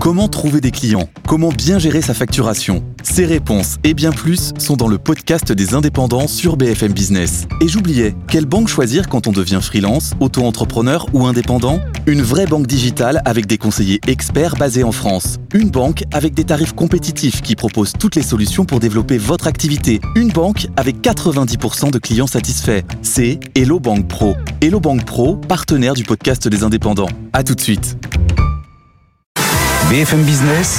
Comment trouver des clients ? Comment bien gérer sa facturation ? Ces réponses et bien plus sont dans le podcast des indépendants sur BFM Business. Et j'oubliais, quelle banque choisir quand on devient freelance, auto-entrepreneur ou indépendant ? Une vraie banque digitale avec des conseillers experts basés en France. Une banque avec des tarifs compétitifs qui propose toutes les solutions pour développer votre activité. Une banque avec 90% de clients satisfaits. C'est Hello Bank Pro. Hello Bank Pro, partenaire du podcast des indépendants. À tout de suite. BFM Business,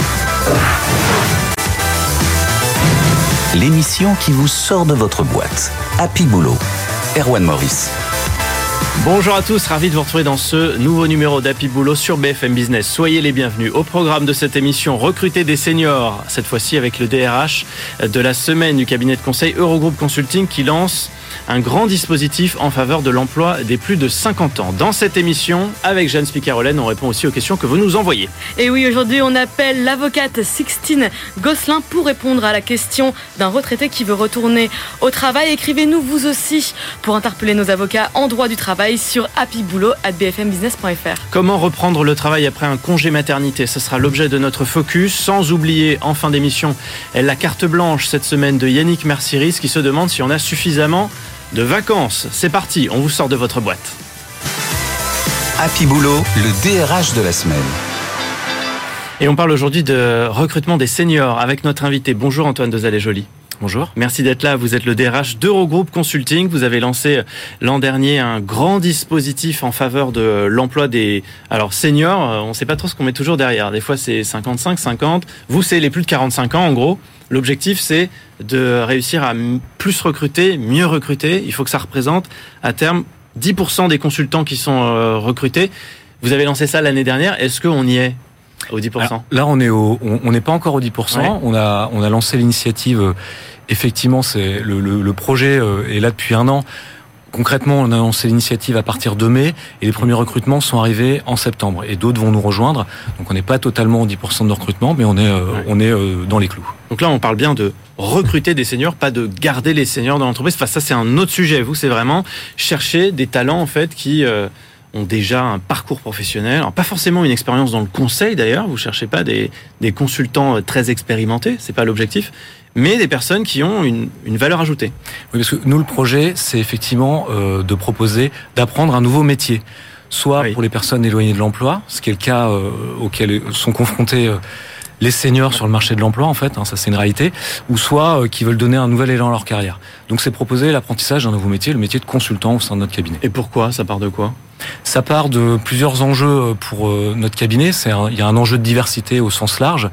l'émission qui vous sort de votre boîte. Happy Boulot, Erwan Maurice. Bonjour à tous, ravi de vous retrouver dans ce nouveau numéro d'Happy Boulot sur BFM Business. Soyez les bienvenus. Au programme de cette émission, recruter des seniors, cette fois-ci avec le DRH de la semaine du cabinet de conseil Eurogroupe Consulting qui lance un grand dispositif en faveur de l'emploi des plus de 50 ans. Dans cette émission, avec Jeanne Spicarolène, on répond aussi aux questions que vous nous envoyez. Et oui, aujourd'hui, on appelle l'avocate Sixtine Gosselin pour répondre à la question d'un retraité qui veut retourner au travail. Écrivez-nous vous aussi pour interpeller nos avocats en droit du travail sur happyboulot@bfmbusiness.fr. Comment reprendre le travail après un congé maternité ? Ce sera l'objet de notre focus. Sans oublier, en fin d'émission, la carte blanche cette semaine de Yannick Mercieris qui se demande si on a suffisamment de vacances. C'est parti, on vous sort de votre boîte. Happy Boulot, le DRH de la semaine. Et on parle aujourd'hui de recrutement des seniors avec notre invité. Bonjour Antoine Dezallet-Joly. Bonjour. Merci d'être là. Vous êtes le DRH d'Eurogroupe Consulting. Vous avez lancé l'an dernier un grand dispositif en faveur de l'emploi des seniors. On ne sait pas trop ce qu'on met toujours derrière. Des fois, c'est 55, 50. Vous, c'est les plus de 45 ans, en gros. L'objectif, c'est de réussir à plus recruter, mieux recruter. Il faut que ça représente, à terme, 10% des consultants qui sont recrutés. Vous avez lancé ça l'année dernière. Est-ce qu'on y est au 10%? Alors, là, on n'est pas encore au 10%. Ouais. On a lancé l'initiative. Effectivement, c'est le projet est là depuis un an. Concrètement, on a lancé l'initiative à partir de mai et les premiers recrutements sont arrivés en septembre et d'autres vont nous rejoindre. Donc on n'est pas totalement au 10% de recrutement, mais on est dans les clous. Donc là, on parle bien de recruter des seniors, pas de garder les seniors dans l'entreprise. Enfin, ça, c'est un autre sujet. Vous, c'est vraiment chercher des talents en fait qui ont déjà un parcours professionnel. Alors, pas forcément une expérience dans le conseil d'ailleurs. Vous cherchez pas des consultants très expérimentés. C'est pas l'objectif. Mais des personnes qui ont une valeur ajoutée. Oui, parce que nous, le projet, c'est effectivement de proposer d'apprendre un nouveau métier. Soit pour les personnes éloignées de l'emploi, ce qui est le cas auquel sont confrontés les seniors sur le marché de l'emploi, en fait, ça c'est une réalité, ou soit qui veulent donner un nouvel élan à leur carrière. Donc c'est proposer l'apprentissage d'un nouveau métier, le métier de consultant au sein de notre cabinet. Et pourquoi ? Ça part de quoi ? Ça part de plusieurs enjeux pour notre cabinet. Il y a un enjeu de diversité au sens large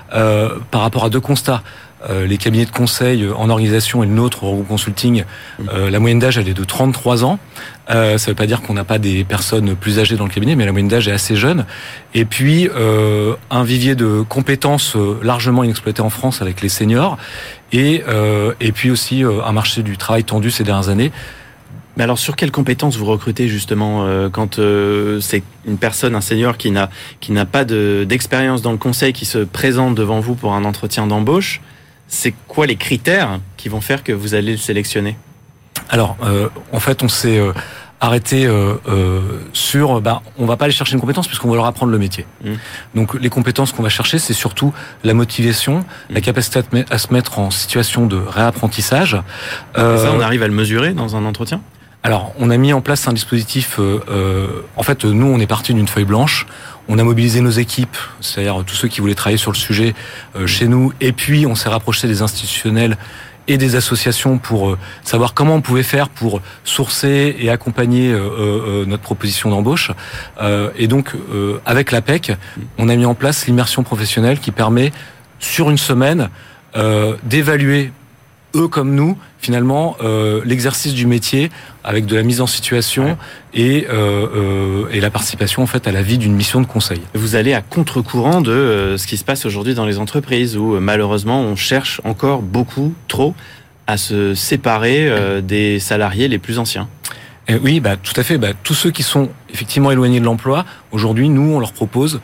par rapport à deux constats. Les cabinets de conseil en organisation et le nôtre, Eurogroupe Consulting, la moyenne d'âge elle est de 33 ans. Ça ne veut pas dire qu'on n'a pas des personnes plus âgées dans le cabinet, mais la moyenne d'âge est assez jeune. Et puis un vivier de compétences largement inexploité en France avec les seniors, et puis aussi un marché du travail tendu ces dernières années. Mais alors, sur quelles compétences vous recrutez justement quand c'est une personne, un senior qui n'a pas d'expérience dans le conseil, qui se présente devant vous pour un entretien d'embauche? C'est quoi les critères qui vont faire que vous allez le sélectionner ? Alors, en fait, on s'est arrêté sur... on va pas aller chercher une compétence puisqu'on va leur apprendre le métier. Donc, les compétences qu'on va chercher, c'est surtout la motivation, la capacité à se mettre en situation de réapprentissage. Ça, on arrive à le mesurer dans un entretien ? Alors, on a mis en place un dispositif... en fait, nous, on est parti d'une feuille blanche. On a mobilisé nos équipes, c'est-à-dire tous ceux qui voulaient travailler sur le sujet chez nous. Et puis, on s'est rapproché des institutionnels et des associations pour savoir comment on pouvait faire pour sourcer et accompagner notre proposition d'embauche. Et donc, avec l'APEC, on a mis en place l'immersion professionnelle qui permet, sur une semaine, d'évaluer eux comme nous, finalement, l'exercice du métier avec de la mise en situation et la participation en fait à la vie d'une mission de conseil. Vous allez à contre-courant de ce qui se passe aujourd'hui dans les entreprises où malheureusement on cherche encore beaucoup trop à se séparer des salariés les plus anciens. Oui, tout à fait. Tous ceux qui sont effectivement éloignés de l'emploi, aujourd'hui, nous, on leur propose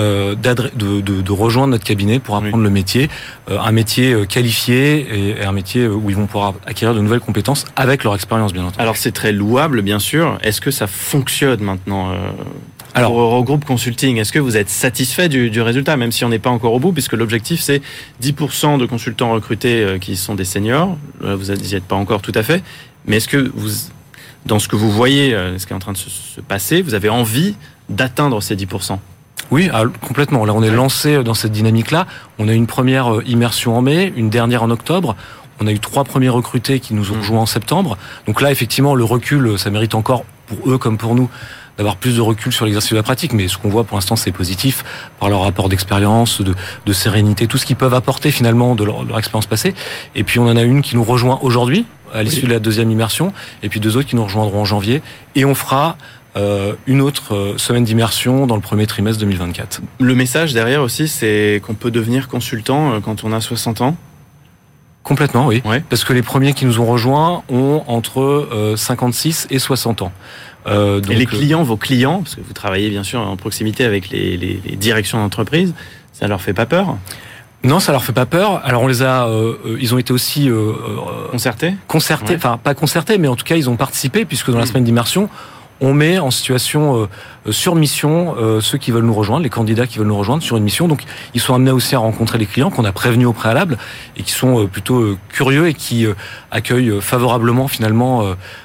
de rejoindre notre cabinet pour apprendre le métier, un métier qualifié et un métier où ils vont pouvoir acquérir de nouvelles compétences avec leur expérience, bien entendu. Alors, c'est très louable, bien sûr. Est-ce que ça fonctionne maintenant Alors, pour Eurogroupe Consulting, est-ce que vous êtes satisfait du résultat, même si on n'est pas encore au bout, puisque l'objectif c'est 10% de consultants recrutés qui sont des seniors. Vous n'y êtes pas encore tout à fait, mais est-ce que vous, dans ce que vous voyez, ce qui est en train de se passer, vous avez envie d'atteindre ces 10%? Oui, complètement. Là, on est lancé dans cette dynamique-là. On a une première immersion en mai, une dernière en octobre. On a eu 3 premiers recrutés qui nous ont rejoints en septembre. Donc là, effectivement, le recul, ça mérite encore, pour eux comme pour nous, d'avoir plus de recul sur l'exercice de la pratique. Mais ce qu'on voit pour l'instant, c'est positif par leur rapport d'expérience, de sérénité, tout ce qu'ils peuvent apporter finalement de leur expérience passée. Et puis, on en a une qui nous rejoint aujourd'hui, à l'issue de la deuxième immersion, et puis 2 autres qui nous rejoindront en janvier. Et on fera une autre semaine d'immersion dans le premier trimestre 2024. Le message derrière aussi, c'est qu'on peut devenir consultant quand on a 60 ans. Complètement, oui. Ouais. Parce que les premiers qui nous ont rejoints ont entre 56 et 60 ans. Donc, et les clients, vos clients, parce que vous travaillez bien sûr en proximité avec les directions d'entreprise, ça leur fait pas peur? Non, ça leur fait pas peur. Alors on les a, ils ont été aussi concertés, ouais. Enfin pas concertés, mais en tout cas ils ont participé puisque dans la semaine d'immersion, on met en situation sur mission ceux qui veulent nous rejoindre, les candidats qui veulent nous rejoindre sur une mission. Donc ils sont amenés aussi à rencontrer les clients qu'on a prévenus au préalable et qui sont plutôt curieux et qui accueillent favorablement finalement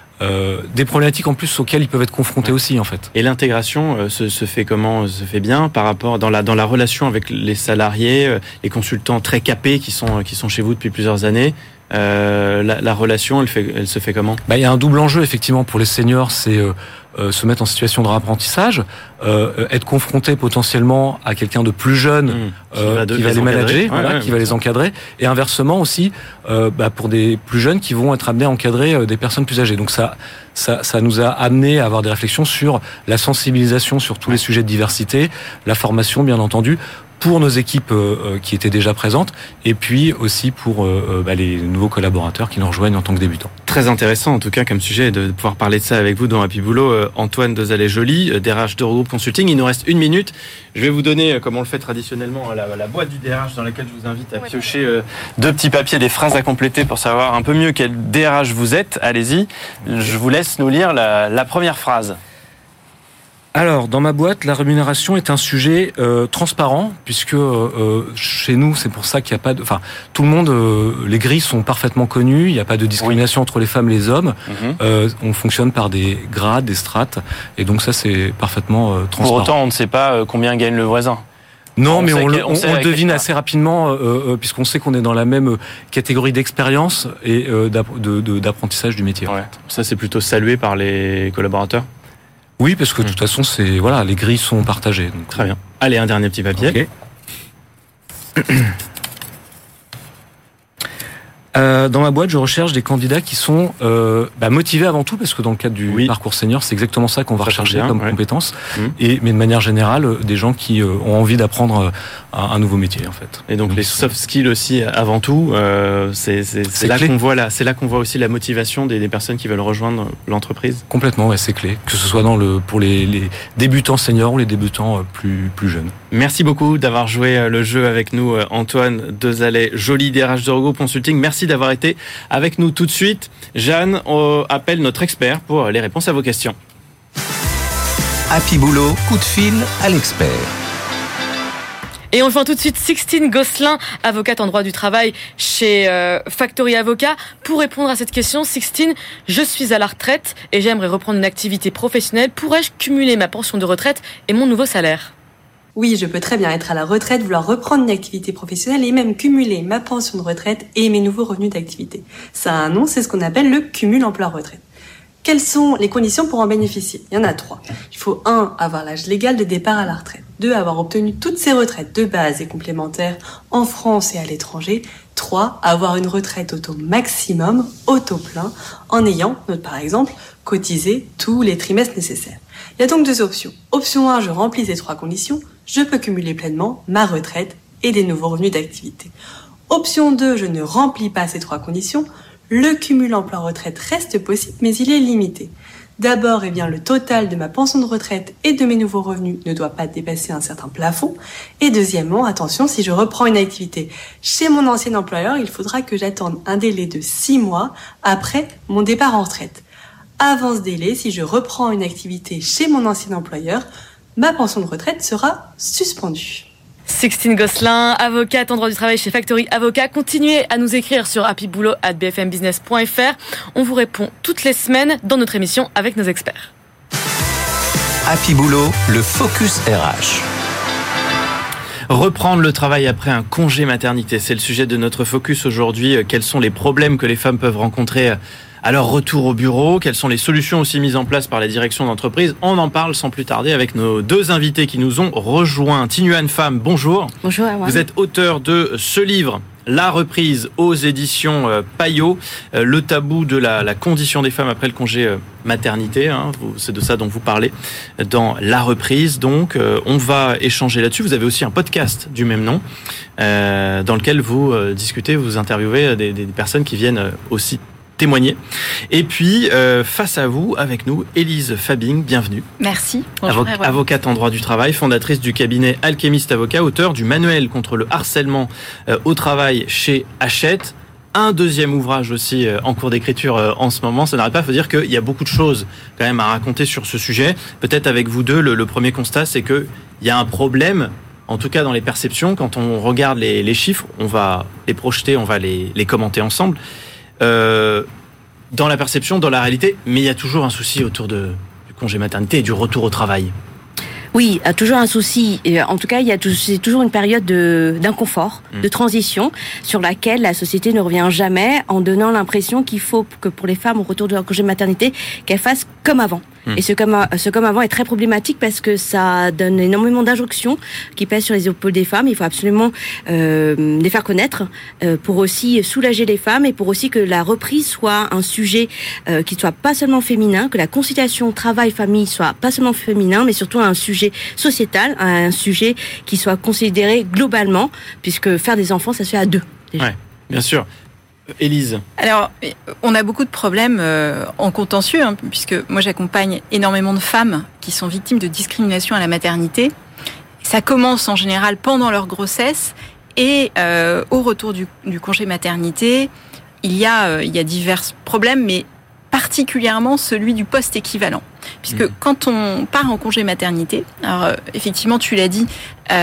des problématiques en plus auxquelles ils peuvent être confrontés aussi en fait. Et l'intégration se fait comment? Se fait bien par rapport dans la relation avec les salariés, les consultants très capés qui sont chez vous depuis plusieurs années. La relation, elle se fait comment? Il y a un double enjeu effectivement pour les seniors, c'est se mettre en situation de réapprentissage, être confronté potentiellement à quelqu'un de plus jeune qui va les manager, qui va les encadrer, et inversement aussi pour des plus jeunes qui vont être amenés à encadrer des personnes plus âgées. Donc ça nous a amené à avoir des réflexions sur la sensibilisation sur tous les sujets de diversité, la formation bien entendu, pour nos équipes qui étaient déjà présentes, et puis aussi pour les nouveaux collaborateurs qui nous rejoignent en tant que débutants. Très intéressant en tout cas comme sujet de pouvoir parler de ça avec vous dans Happy Boulot. Antoine Dezallet-Joly, DRH d'Eurogroupe Consulting. Il nous reste 1 minute. Je vais vous donner, comme on le fait traditionnellement, la boîte du DRH dans laquelle je vous invite à piocher 2 petits papiers, des phrases à compléter pour savoir un peu mieux quel DRH vous êtes. Allez-y, je vous laisse nous lire la première phrase. Alors, dans ma boîte, la rémunération est un sujet transparent, puisque chez nous, c'est pour ça qu'il n'y a pas de... Enfin, tout le monde, les grilles sont parfaitement connues, il n'y a pas de discrimination entre les femmes et les hommes. On fonctionne par des grades, des strates, et donc ça, c'est parfaitement transparent. Pour autant, on ne sait pas combien gagne le voisin. Non, mais on le devine assez rapidement, puisqu'on sait qu'on est dans la même catégorie d'expérience et d'apprentissage du métier. Ouais. Ça, c'est plutôt salué par les collaborateurs. Oui, parce que de toute façon, les grilles sont partagées. Donc, très bien. Allez, un dernier petit papier. Okay. Dans ma boîte, je recherche des candidats qui sont motivés avant tout, parce que dans le cadre du parcours senior, c'est exactement ça qu'on va rechercher comme compétence. Mais de manière générale, des gens qui ont envie d'apprendre un nouveau métier, en fait. Et donc les soft skills aussi, avant tout, c'est là qu'on voit c'est là qu'on voit aussi la motivation des personnes qui veulent rejoindre l'entreprise. Complètement, ouais, c'est clé. Que ce soit pour les débutants seniors ou les débutants plus jeunes. Merci beaucoup d'avoir joué le jeu avec nous, Antoine Dezallet-Joly, DRH d'Eurogroupe Consulting. Merci d'avoir été avec nous tout de suite. Jeanne appelle notre expert pour les réponses à vos questions. Happy Boulot, coup de fil à l'expert. Et on joint tout de suite Sixtine Gosselin, avocate en droit du travail chez Factory Avocat. Pour répondre à cette question, Sixtine, je suis à la retraite et j'aimerais reprendre une activité professionnelle. Pourrais-je cumuler ma pension de retraite et mon nouveau salaire ? Oui, je peux très bien être à la retraite, vouloir reprendre une activité professionnelle et même cumuler ma pension de retraite et mes nouveaux revenus d'activité. Ça a un nom, c'est ce qu'on appelle le cumul emploi-retraite. Quelles sont les conditions pour en bénéficier ? Il y en a 3. Il faut 1. Avoir l'âge légal de départ à la retraite. 2. Avoir obtenu toutes ses retraites de base et complémentaires en France et à l'étranger. 3. Avoir une retraite auto maximum, auto plein, en ayant, note par exemple, cotisé tous les trimestres nécessaires. Il y a donc 2 options. Option 1, je remplis ces 3 conditions. Je peux cumuler pleinement ma retraite et des nouveaux revenus d'activité. Option 2, je ne remplis pas ces 3 conditions. Le cumul emploi-retraite reste possible, mais il est limité. D'abord, le total de ma pension de retraite et de mes nouveaux revenus ne doit pas dépasser un certain plafond. Et deuxièmement, attention, si je reprends une activité chez mon ancien employeur, il faudra que j'attende un délai de 6 mois après mon départ en retraite. Avant ce délai, si je reprends une activité chez mon ancien employeur, ma pension de retraite sera suspendue. Sixtine Gosselin, avocate en droit du travail chez Factory Avocat. Continuez à nous écrire sur happyboulot@bfmbusiness.fr. On vous répond toutes les semaines dans notre émission avec nos experts. Happy Boulot, le Focus RH. Reprendre le travail après un congé maternité, c'est le sujet de notre focus aujourd'hui. Quels sont les problèmes que les femmes peuvent rencontrer à leur retour au bureau? Quelles sont les solutions aussi mises en place par la direction d'entreprise? On en parle sans plus tarder avec nos deux invités qui nous ont rejoints. Tinuan Pham, bonjour. Bonjour Erwan. Vous êtes auteur de ce livre, La reprise aux éditions Payot, le tabou de la condition des femmes après le congé maternité. C'est de ça dont vous parlez dans La reprise. Donc, on va échanger là-dessus. Vous avez aussi un podcast du même nom dans lequel vous discutez, vous interviewez des personnes qui viennent aussi témoigner. Et puis, face à vous, avec nous, Élise Fabing, bienvenue. Merci. Bonjour, avocate en droit du travail, fondatrice du cabinet Alchemist Avocat, auteur du manuel contre le harcèlement au travail chez Hachette. Un deuxième ouvrage aussi en cours d'écriture en ce moment. Ça n'arrête pas, il faut dire qu'il y a beaucoup de choses quand même à raconter sur ce sujet. Peut-être avec vous deux, le premier constat, c'est qu'il y a un problème, en tout cas dans les perceptions. Quand on regarde les chiffres, on va les projeter, on va les commenter ensemble. Dans la perception, dans la réalité, mais il y a toujours un souci autour du congé maternité et du retour au travail. Oui, toujours un souci. En tout cas, c'est toujours une période d'inconfort, de transition, sur laquelle la société ne revient jamais, en donnant l'impression qu'il faut que pour les femmes au retour de leur congé maternité, qu'elles fassent comme avant. Et ce comme avant est très problématique parce que ça donne énormément d'injonctions qui pèsent sur les épaules des femmes. Il faut absolument les faire connaître pour aussi soulager les femmes et pour aussi que la reprise soit un sujet qui soit pas seulement féminin, que la conciliation travail-famille soit pas seulement féminin, mais surtout un sujet sociétal, un sujet qui soit considéré globalement, puisque faire des enfants, ça se fait à deux. Déjà. Ouais, bien sûr. Élise. Alors, on a beaucoup de problèmes en contentieux, puisque moi j'accompagne énormément de femmes qui sont victimes de discrimination à la maternité. Ça commence en général pendant leur grossesse et au retour du congé maternité, il y a divers problèmes, mais particulièrement celui du poste équivalent. Puisque quand on part en congé maternité, alors effectivement tu l'as dit,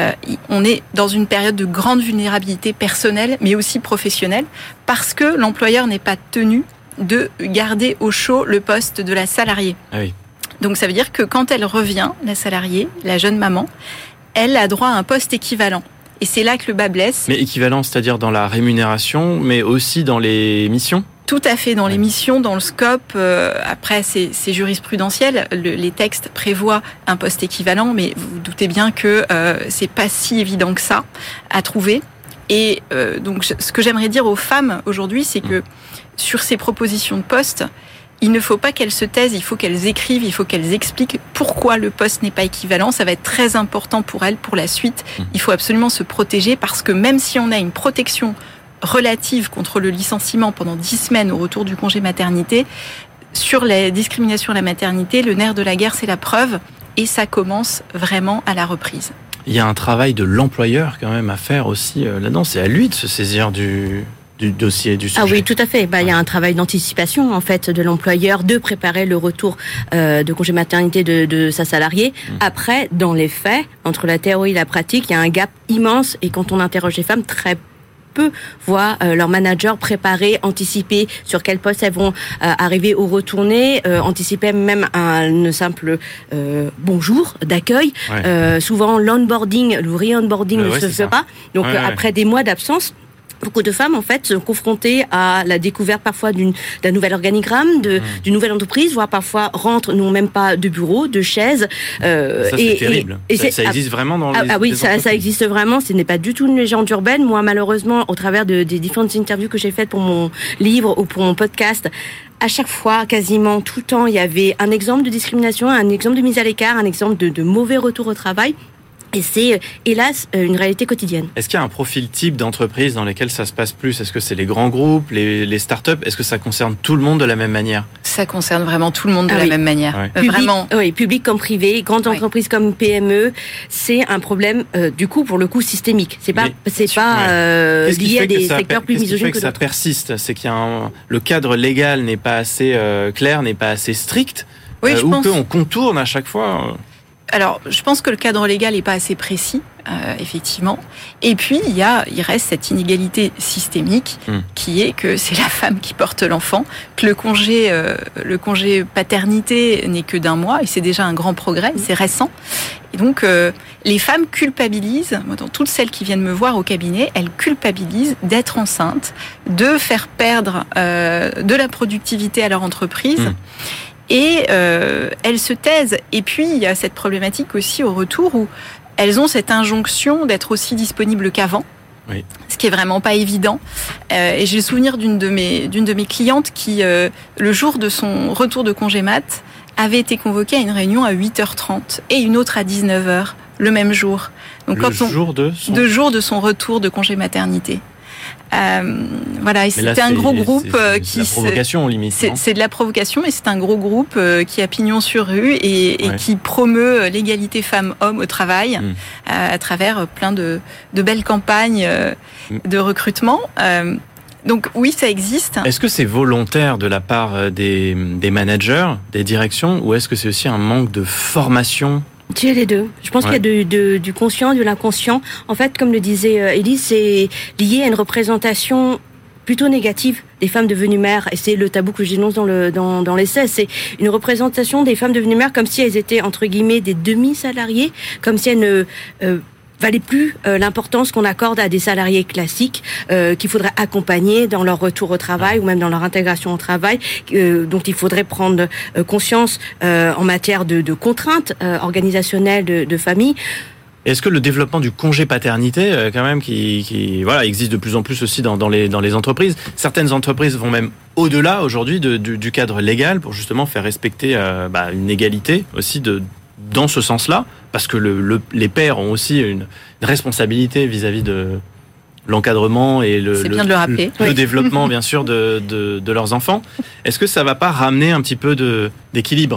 on est dans une période de grande vulnérabilité personnelle, mais aussi professionnelle, parce que l'employeur n'est pas tenu de garder au chaud le poste de la salariée. Ah oui. Donc ça veut dire que quand elle revient, la salariée, la jeune maman, elle a droit à un poste équivalent. Et c'est là que le bas blesse. Mais équivalent, c'est-à-dire dans la rémunération, mais aussi dans les missions ? Tout à fait, dans les missions, dans le scope. Après, c'est jurisprudentiel. Les textes prévoient un poste équivalent, mais vous vous doutez bien que c'est pas si évident que ça à trouver. Et donc, ce que j'aimerais dire aux femmes aujourd'hui, c'est que sur ces propositions de poste, il ne faut pas qu'elles se taisent, il faut qu'elles écrivent, il faut qu'elles expliquent pourquoi le poste n'est pas équivalent. Ça va être très important pour elles, pour la suite. Il faut absolument se protéger parce que même si on a une protection relative contre le licenciement pendant 10 semaines au retour du congé maternité, sur la discrimination à la maternité, le nerf de la guerre, c'est la preuve, et ça commence vraiment à la reprise. Il y a un travail de l'employeur quand même à faire aussi là-dedans. C'est à lui de se saisir du dossier, du sujet. Ah oui, tout à fait. Il y a un travail d'anticipation en fait de l'employeur de préparer le retour de congé maternité de sa salariée. Après, dans les faits, entre la théorie et la pratique, il y a un gap immense, et quand on interroge les femmes, très peu voient leur manager préparer, anticiper sur quel poste elles vont arriver au retourné, anticiper même un simple bonjour d'accueil. Ouais. Souvent l'onboarding, le re-onboarding ne se fait pas. Donc après des mois d'absence, beaucoup de femmes, en fait, sont confrontées à la découverte parfois d'un nouvel organigramme, d'une nouvelle entreprise, voire parfois rentrent, n'ont même pas de bureau, de chaise. Ça, c'est terrible. Ça existe vraiment dans les oui, ça existe vraiment. Ce n'est pas du tout une légende urbaine. Moi, malheureusement, au travers des différentes interviews que j'ai faites pour mon livre ou pour mon podcast, à chaque fois, quasiment tout le temps, il y avait un exemple de discrimination, un exemple de mise à l'écart, un exemple de mauvais retour au travail. Et c'est, hélas, une réalité quotidienne. Est-ce qu'il y a un profil type d'entreprise dans lesquelles ça se passe plus ? Est-ce que c'est les grands groupes, les startups ? Est-ce que ça concerne tout le monde de la même manière ? Ça concerne vraiment tout le monde de la même manière. Ouais. Vraiment. Oui, public comme privé, grandes entreprises comme PME, c'est un problème, du coup, pour le coup, systémique. C'est pas lié à des secteurs plus misogynes que ça d'autres. persiste ? C'est qu'il y a le cadre légal n'est pas assez clair, n'est pas assez strict, oui, ou qu'on contourne à chaque fois Alors, je pense que le cadre légal n'est pas assez précis, effectivement. Et puis, il reste cette inégalité systémique qui est que c'est la femme qui porte l'enfant, que le congé paternité n'est que d'1 mois, et c'est déjà un grand progrès, c'est récent. Et donc, les femmes culpabilisent, moi, dans toutes celles qui viennent me voir au cabinet, elles culpabilisent d'être enceintes, de faire perdre de la productivité à leur entreprise. Et elles se taisent. Et puis, il y a cette problématique aussi au retour où elles ont cette injonction d'être aussi disponibles qu'avant. Oui. Ce qui est vraiment pas évident. Et j'ai le souvenir d'une de mes clientes qui, le jour de son retour de congé mat, avait été convoquée à une réunion à 8h30 et une autre à 19h le même jour. Donc, jour de son retour de congé maternité. Voilà, et c'était un gros groupe qui... C'est de la provocation, limite. C'est de la provocation, mais c'est un gros groupe qui a pignon sur rue et qui promeut l'égalité femmes-hommes au travail à travers plein de belles campagnes de recrutement. Donc oui, ça existe. Est-ce que c'est volontaire de la part des managers, des directions, ou est-ce que c'est aussi un manque de formation ? C'est les deux. Je pense qu'il y a du conscient, de l'inconscient. En fait, comme le disait Élise, c'est lié à une représentation plutôt négative des femmes devenues mères. Et c'est le tabou que je dénonce dans l'essai. C'est une représentation des femmes devenues mères comme si elles étaient, entre guillemets, des demi-salariées, comme si elles ne valait plus l'importance qu'on accorde à des salariés classiques qu'il faudrait accompagner dans leur retour au travail ou même dans leur intégration au travail, dont il faudrait prendre conscience en matière de contraintes organisationnelles de famille. Est-ce que le développement du congé paternité, quand même, qui existe de plus en plus aussi dans les entreprises, certaines entreprises vont même au-delà aujourd'hui du cadre légal pour justement faire respecter une égalité aussi dans ce sens-là, parce que les pères ont aussi une responsabilité vis-à-vis de l'encadrement et le développement, bien sûr, de leurs enfants. Est-ce que ça va pas ramener un petit peu d'équilibre ?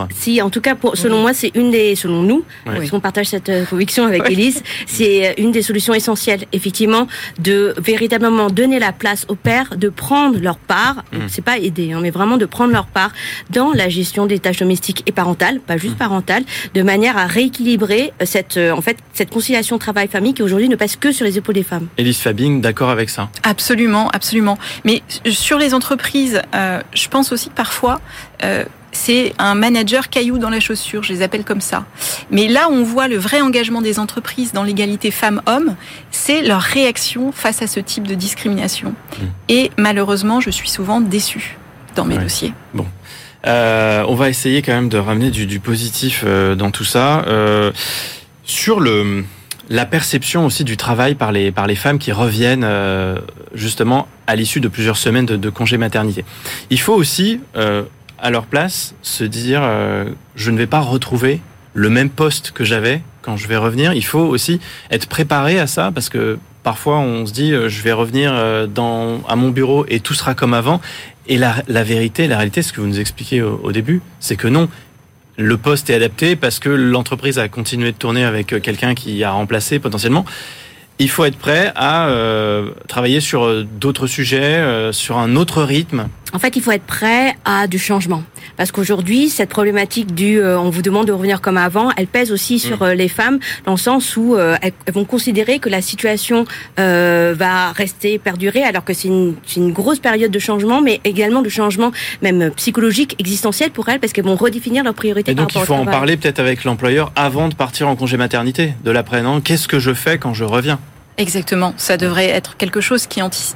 Si, en tout cas, selon moi, c'est selon nous, parce qu'on partage cette conviction avec Élise, c'est une des solutions essentielles, effectivement, de véritablement donner la place aux pères de prendre leur part, c'est pas aider, mais vraiment de prendre leur part dans la gestion des tâches domestiques et parentales, pas juste parentales, de manière à rééquilibrer cette conciliation travail-famille qui aujourd'hui ne pèse que sur les épaules des femmes. Élise Fabing, d'accord avec ça ? Absolument, absolument. Mais sur les entreprises, je pense aussi que parfois, c'est un manager caillou dans la chaussure, je les appelle comme ça. Mais là où on voit le vrai engagement des entreprises dans l'égalité femmes-hommes, c'est leur réaction face à ce type de discrimination. Et malheureusement, je suis souvent déçue dans mes dossiers. Bon. On va essayer quand même de ramener du positif dans tout ça. Sur la perception aussi du travail par les femmes qui reviennent justement à l'issue de plusieurs semaines de congé maternité. Il faut aussi, à leur place, se dire je ne vais pas retrouver le même poste que j'avais quand je vais revenir. Il faut aussi être préparé à ça, parce que parfois on se dit je vais revenir à mon bureau et tout sera comme avant. Et la réalité, ce que vous nous expliquez au début, c'est que non. Le poste est adapté parce que l'entreprise a continué de tourner avec quelqu'un qui a remplacé potentiellement. Il faut être prêt à travailler sur d'autres sujets, sur un autre rythme. En fait, il faut être prêt à du changement. Parce qu'aujourd'hui, cette problématique on vous demande de revenir comme avant, elle pèse aussi sur les femmes, dans le sens où elles vont considérer que la situation va rester perdurer, alors que c'est une grosse période de changement, mais également de changement même psychologique, existentiel pour elles, parce qu'elles vont redéfinir leurs priorités. Et donc, il faut en parler peut-être avec l'employeur avant de partir en congé maternité, de l'apprenant. Qu'est-ce que je fais quand je reviens ? Exactement, ça devrait être quelque chose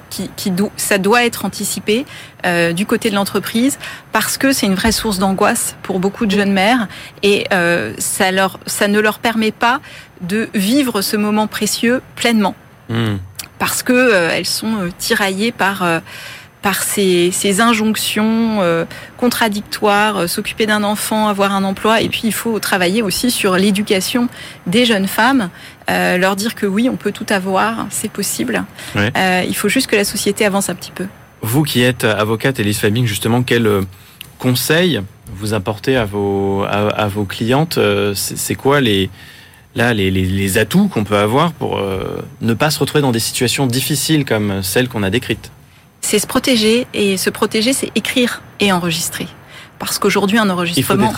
ça doit être anticipé du côté de l'entreprise, parce que c'est une vraie source d'angoisse pour beaucoup de jeunes mères, et ça ne leur permet pas de vivre ce moment précieux pleinement, parce que elles sont tiraillées par ces injonctions contradictoires, s'occuper d'un enfant, avoir un emploi, et puis il faut travailler aussi sur l'éducation des jeunes femmes, leur dire que oui, on peut tout avoir, c'est possible. Ouais. Il faut juste que la société avance un petit peu. Vous qui êtes avocate, Élise Fabing, justement, quel conseil vous apportez à vos clientes ? C'est quoi les atouts qu'on peut avoir pour ne pas se retrouver dans des situations difficiles comme celles qu'on a décrites ? C'est se protéger, et se protéger, c'est écrire et enregistrer. Parce qu'aujourd'hui, un enregistrement... Il faut des traces.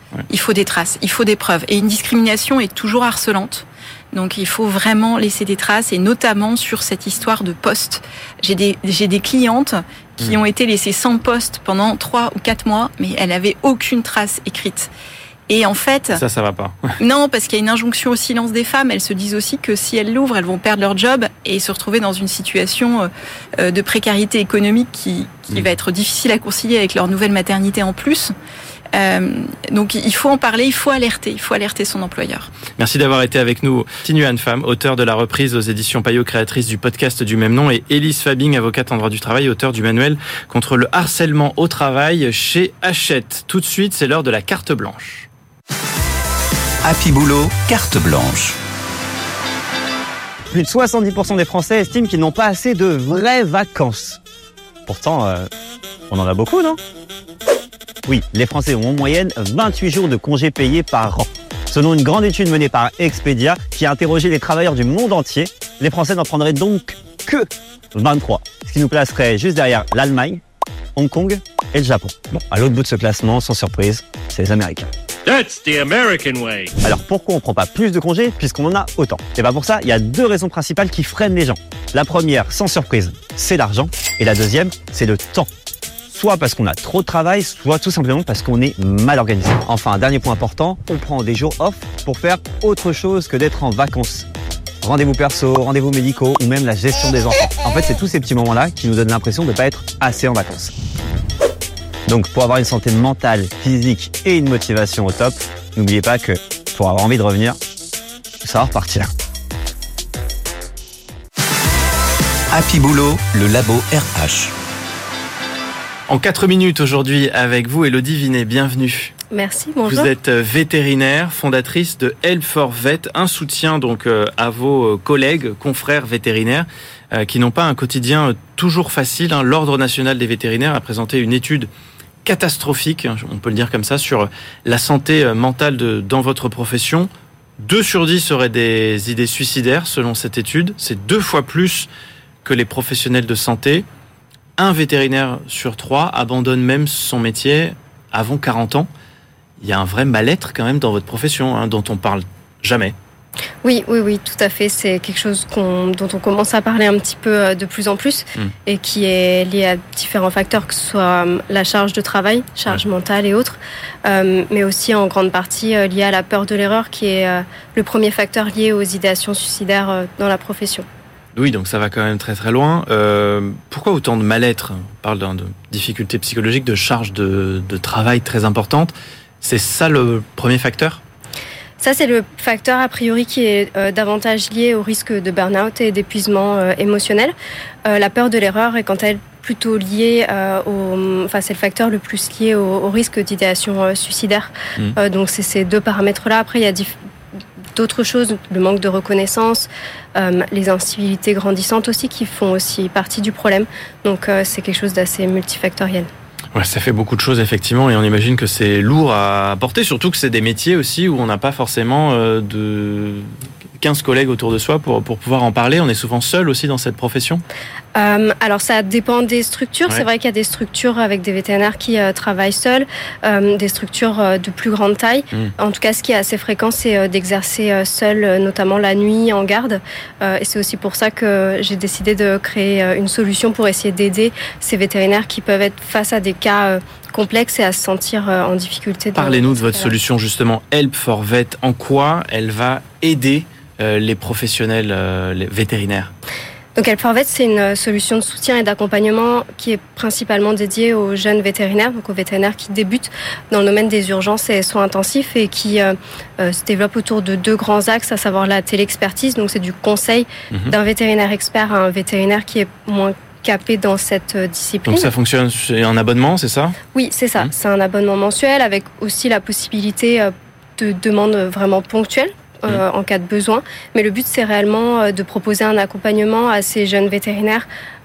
Ouais. Il faut des traces, il faut des preuves. Et une discrimination est toujours harcelante. Donc il faut vraiment laisser des traces, et notamment sur cette histoire de poste. J'ai des clientes qui ont été laissées sans poste pendant 3 ou 4 mois, mais elles n'avaient aucune trace écrite. Et en fait... Ça va pas. Non, parce qu'il y a une injonction au silence des femmes. Elles se disent aussi que si elles l'ouvrent, elles vont perdre leur job et se retrouver dans une situation de précarité économique qui va être difficile à concilier avec leur nouvelle maternité en plus. Donc il faut en parler, il faut alerter son employeur. Merci d'avoir été avec nous. Tinu Han Pham, auteur de La Reprise aux éditions Payot, créatrice du podcast du même nom, et Élise Fabing, avocate en droit du travail, auteur du manuel contre le harcèlement au travail chez Hachette. Tout de suite, c'est l'heure de la carte blanche. Happy Boulot, carte blanche. Plus de 70% des Français estiment qu'ils n'ont pas assez de vraies vacances. Pourtant, on en a beaucoup, non ? Oui, les Français ont en moyenne 28 jours de congés payés par an. Selon une grande étude menée par Expedia, qui a interrogé les travailleurs du monde entier, les Français n'en prendraient donc que 23, ce qui nous placerait juste derrière l'Allemagne, Hong Kong et le Japon. Bon, à l'autre bout de ce classement, sans surprise, c'est les Américains. That's the American way. Alors pourquoi on prend pas plus de congés puisqu'on en a autant ? Et bien pour ça, il y a 2 raisons principales qui freinent les gens. La première, sans surprise, c'est l'argent. Et la deuxième, c'est le temps. Soit parce qu'on a trop de travail, soit tout simplement parce qu'on est mal organisé. Enfin, un dernier point important, on prend des jours off pour faire autre chose que d'être en vacances. Rendez-vous perso, rendez-vous médicaux ou même la gestion des enfants. En fait, c'est tous ces petits moments-là qui nous donnent l'impression de ne pas être assez en vacances. Donc, pour avoir une santé mentale, physique et une motivation au top, n'oubliez pas que pour avoir envie de revenir, ça va repartir. Happy Boulot, le labo RH. En 4 minutes aujourd'hui avec vous, Élodie Vinet, bienvenue. Merci, bonjour. Vous êtes vétérinaire, fondatrice de Help for Vet, un soutien donc à vos collègues, confrères vétérinaires qui n'ont pas un quotidien toujours facile. L'Ordre national des vétérinaires a présenté une étude catastrophique, on peut le dire comme ça, sur la santé mentale dans votre profession. 2 sur 10 auraient des idées suicidaires selon cette étude. C'est 2 fois plus que les professionnels de santé. 1 vétérinaire sur 3 abandonne même son métier avant 40 ans. Il y a un vrai mal-être quand même dans votre profession, dont on parle jamais. Oui, tout à fait. C'est quelque chose dont on commence à parler un petit peu de plus en plus et qui est lié à différents facteurs, que ce soit la charge de travail, charge mentale et autres, mais aussi en grande partie lié à la peur de l'erreur, qui est le premier facteur lié aux idéations suicidaires dans la profession. Oui, donc ça va quand même très très loin. Pourquoi autant de mal-être ? On parle de difficultés psychologiques, de charge de travail très importante. C'est ça le premier facteur ? Ça, c'est le facteur a priori qui est davantage lié au risque de burn-out et d'épuisement émotionnel. La peur de l'erreur est quant à elle plutôt liée c'est le facteur le plus lié au risque d'idéation suicidaire. Donc c'est ces 2 paramètres-là. Après, il y a d'autres choses, le manque de reconnaissance, les incivilités grandissantes aussi qui font aussi partie du problème. Donc c'est quelque chose d'assez multifactoriel. Ouais, ça fait beaucoup de choses effectivement, et on imagine que c'est lourd à porter, surtout que c'est des métiers aussi où on n'a pas forcément de 15 collègues autour de soi pour pouvoir en parler. On est souvent seul aussi dans cette profession. Alors ça dépend des structures. Ouais. C'est vrai qu'il y a des structures avec des vétérinaires qui travaillent seuls, des structures de plus grande taille. En tout cas, ce qui est assez fréquent, c'est d'exercer seul, notamment la nuit en garde. Et c'est aussi pour ça que j'ai décidé de créer une solution pour essayer d'aider ces vétérinaires qui peuvent être face à des cas complexes et à se sentir en difficulté. Parlez-nous de votre solution justement, Help for Vet. En quoi elle va aider les professionnels les vétérinaires ? Donc Help for Vet, c'est une solution de soutien et d'accompagnement qui est principalement dédiée aux jeunes vétérinaires, donc aux vétérinaires qui débutent dans le domaine des urgences et soins intensifs et qui se développent autour de 2 grands axes, à savoir la téléexpertise, donc c'est du conseil d'un vétérinaire expert à un vétérinaire qui est moins capé dans cette discipline. Donc ça fonctionne, c'est un abonnement, c'est ça ? Oui, c'est ça. C'est un abonnement mensuel avec aussi la possibilité de demandes vraiment ponctuelles. En cas de besoin. Mais le but, c'est réellement de proposer un accompagnement à ces jeunes vétérinaires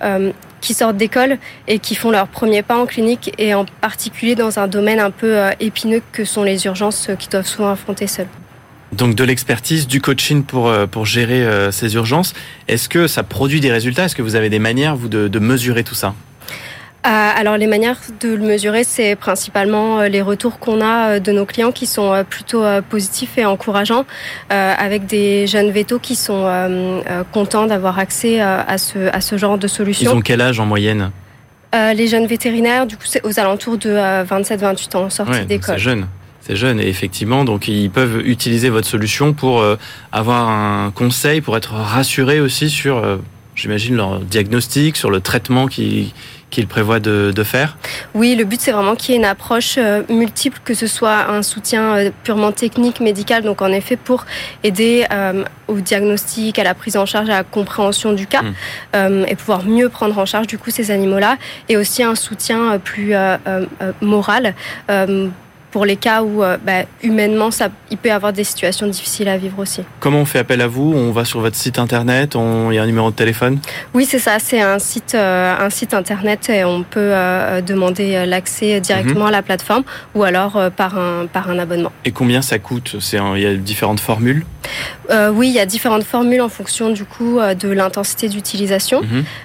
qui sortent d'école et qui font leur premier pas en clinique, et en particulier dans un domaine un peu épineux que sont les urgences qu'ils doivent souvent affronter seuls. Donc de l'expertise, du coaching pour gérer ces urgences. Est-ce que ça produit des résultats ? Est-ce que vous avez des manières, vous, de mesurer tout ça ? Alors les manières de le mesurer, c'est principalement les retours qu'on a de nos clients qui sont plutôt positifs et encourageants, avec des jeunes vétos qui sont contents d'avoir accès à ce genre de solution. Ils ont quel âge en moyenne ? Les jeunes vétérinaires, du coup, c'est aux alentours de 27-28 ans, sortie d'école. C'est jeune et effectivement, donc ils peuvent utiliser votre solution pour avoir un conseil, pour être rassurés aussi sur, j'imagine, leur diagnostic, sur le traitement qu'ils prévoient de faire. Oui, le but c'est vraiment qu'il y ait une approche multiple, que ce soit un soutien purement technique, médical, donc en effet pour aider au diagnostic, à la prise en charge, à la compréhension du cas, et pouvoir mieux prendre en charge du coup ces animaux-là, et aussi un soutien plus moral. Pour les cas où humainement, il peut y avoir des situations difficiles à vivre aussi. Comment on fait appel à vous ? On va sur votre site internet, il y a un numéro de téléphone ? Oui, c'est ça, c'est un site internet et on peut demander l'accès directement à la plateforme ou alors par un abonnement. Et combien ça coûte ? Il y a différentes formules ? Oui, il y a différentes formules en fonction du coup de l'intensité d'utilisation,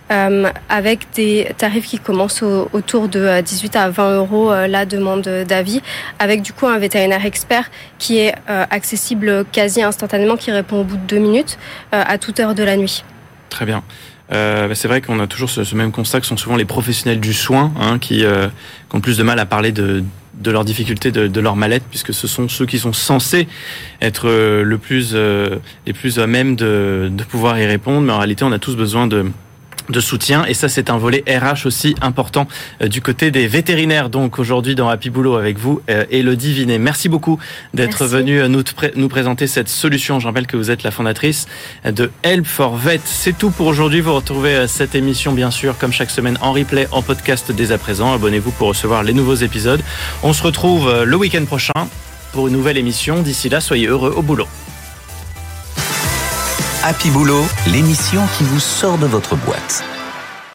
avec des tarifs qui commencent autour de 18 à 20 euros la demande d'avis, avec du coup un vétérinaire expert qui est accessible quasi instantanément, qui répond au bout de 2 minutes à toute heure de la nuit. Très bien. C'est vrai qu'on a toujours ce même constat que sont souvent les professionnels du soin qui ont plus de mal à parler de leurs difficultés, de leur mal-être, puisque ce sont ceux qui sont censés être les plus à même de pouvoir y répondre. Mais en réalité, on a tous besoin de soutien, et ça c'est un volet RH aussi important du côté des vétérinaires. Donc aujourd'hui dans Happy Boulot avec vous, Élodie Vinet. Merci beaucoup d'être venue nous présenter cette solution. Je rappelle que vous êtes la fondatrice de Help for Vet. C'est tout pour aujourd'hui. Vous retrouvez cette émission bien sûr comme chaque semaine en replay, en podcast dès à présent. Abonnez-vous pour recevoir les nouveaux épisodes. On se retrouve le week-end prochain pour une nouvelle émission. D'ici là, soyez heureux au boulot. Happy Boulot, l'émission qui vous sort de votre boîte.